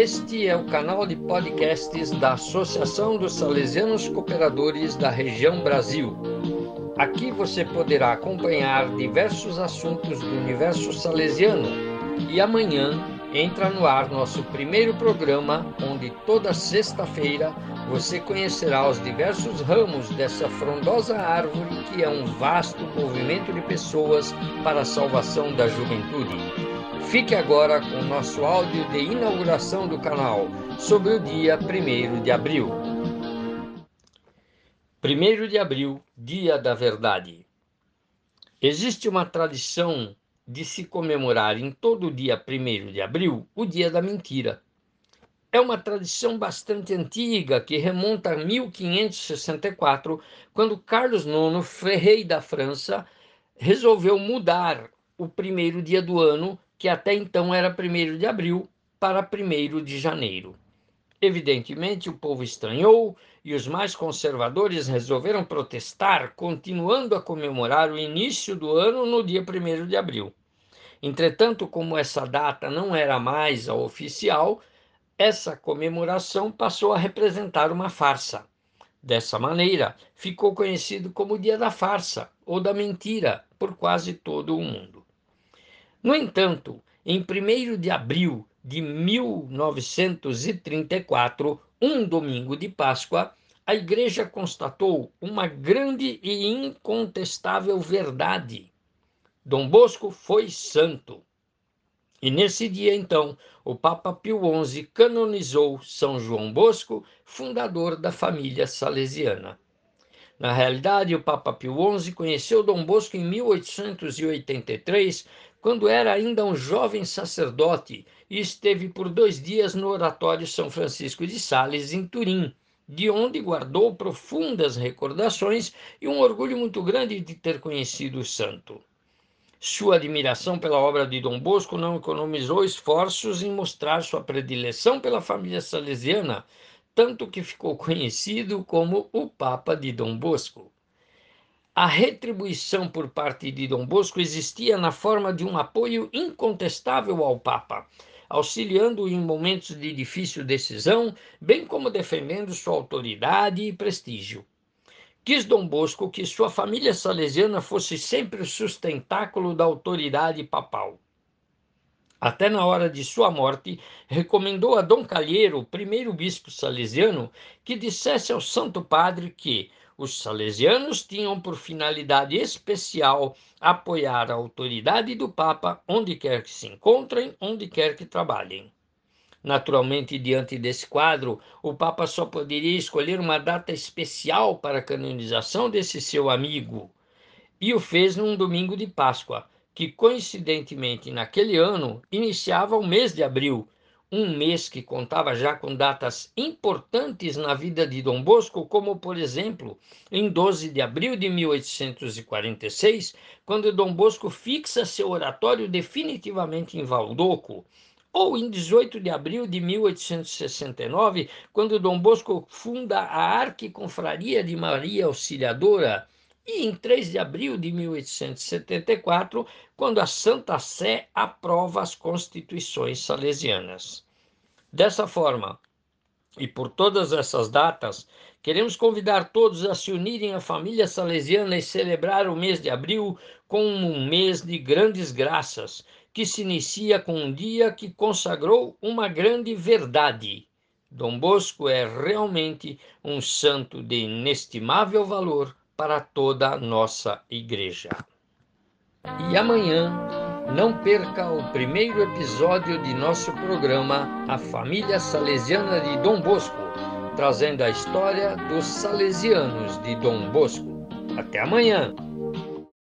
Este é o canal de podcasts da Associação dos Salesianos Cooperadores da Região Brasil. Aqui você poderá acompanhar diversos assuntos do universo salesiano e amanhã entra no ar nosso primeiro programa, onde toda sexta-feira você conhecerá os diversos ramos dessa frondosa árvore que é um vasto movimento de pessoas para a salvação da juventude. Fique agora com o nosso áudio de inauguração do canal sobre o dia 1º de abril. 1º de abril, Dia da Verdade. Existe uma tradição de se comemorar em todo o dia 1º de abril o Dia da Mentira. É uma tradição bastante antiga que remonta a 1564, quando Carlos IX, rei da França, resolveu mudar o primeiro dia do ano, que até então era 1º de abril, para 1º de janeiro. Evidentemente, o povo estranhou e os mais conservadores resolveram protestar, continuando a comemorar o início do ano no dia 1º de abril. Entretanto, como essa data não era mais a oficial, essa comemoração passou a representar uma farsa. Dessa maneira, ficou conhecido como Dia da Farsa ou da Mentira por quase todo o mundo. No entanto, em 1º de abril de 1934, um domingo de Páscoa, a Igreja constatou uma grande e incontestável verdade. Dom Bosco foi santo. E nesse dia, então, o Papa Pio XI canonizou São João Bosco, fundador da família salesiana. Na realidade, o Papa Pio XI conheceu Dom Bosco em 1883, quando era ainda um jovem sacerdote, e esteve por 2 dias no Oratório São Francisco de Sales, em Turim, de onde guardou profundas recordações e um orgulho muito grande de ter conhecido o santo. Sua admiração pela obra de Dom Bosco não economizou esforços em mostrar sua predileção pela família salesiana, tanto que ficou conhecido como o Papa de Dom Bosco. A retribuição por parte de Dom Bosco existia na forma de um apoio incontestável ao Papa, auxiliando-o em momentos de difícil decisão, bem como defendendo sua autoridade e prestígio. Quis Dom Bosco que sua família salesiana fosse sempre o sustentáculo da autoridade papal. Até na hora de sua morte, recomendou a Dom Calheiro, o primeiro bispo salesiano, que dissesse ao Santo Padre que os salesianos tinham por finalidade especial apoiar a autoridade do Papa onde quer que se encontrem, onde quer que trabalhem. Naturalmente, diante desse quadro, o Papa só poderia escolher uma data especial para a canonização desse seu amigo, e o fez num domingo de Páscoa, que coincidentemente naquele ano iniciava o mês de abril, um mês que contava já com datas importantes na vida de Dom Bosco, como, por exemplo, em 12 de abril de 1846, quando Dom Bosco fixa seu oratório definitivamente em Valdoco, ou em 18 de abril de 1869, quando Dom Bosco funda a Arquiconfraria de Maria Auxiliadora, e em 3 de abril de 1874, quando a Santa Sé aprova as Constituições Salesianas. Dessa forma, e por todas essas datas, queremos convidar todos a se unirem à família salesiana e celebrar o mês de abril como um mês de grandes graças, que se inicia com um dia que consagrou uma grande verdade. Dom Bosco é realmente um santo de inestimável valor para toda a nossa Igreja. E amanhã, não perca o primeiro episódio de nosso programa A Família Salesiana de Dom Bosco, trazendo a história dos salesianos de Dom Bosco. Até amanhã!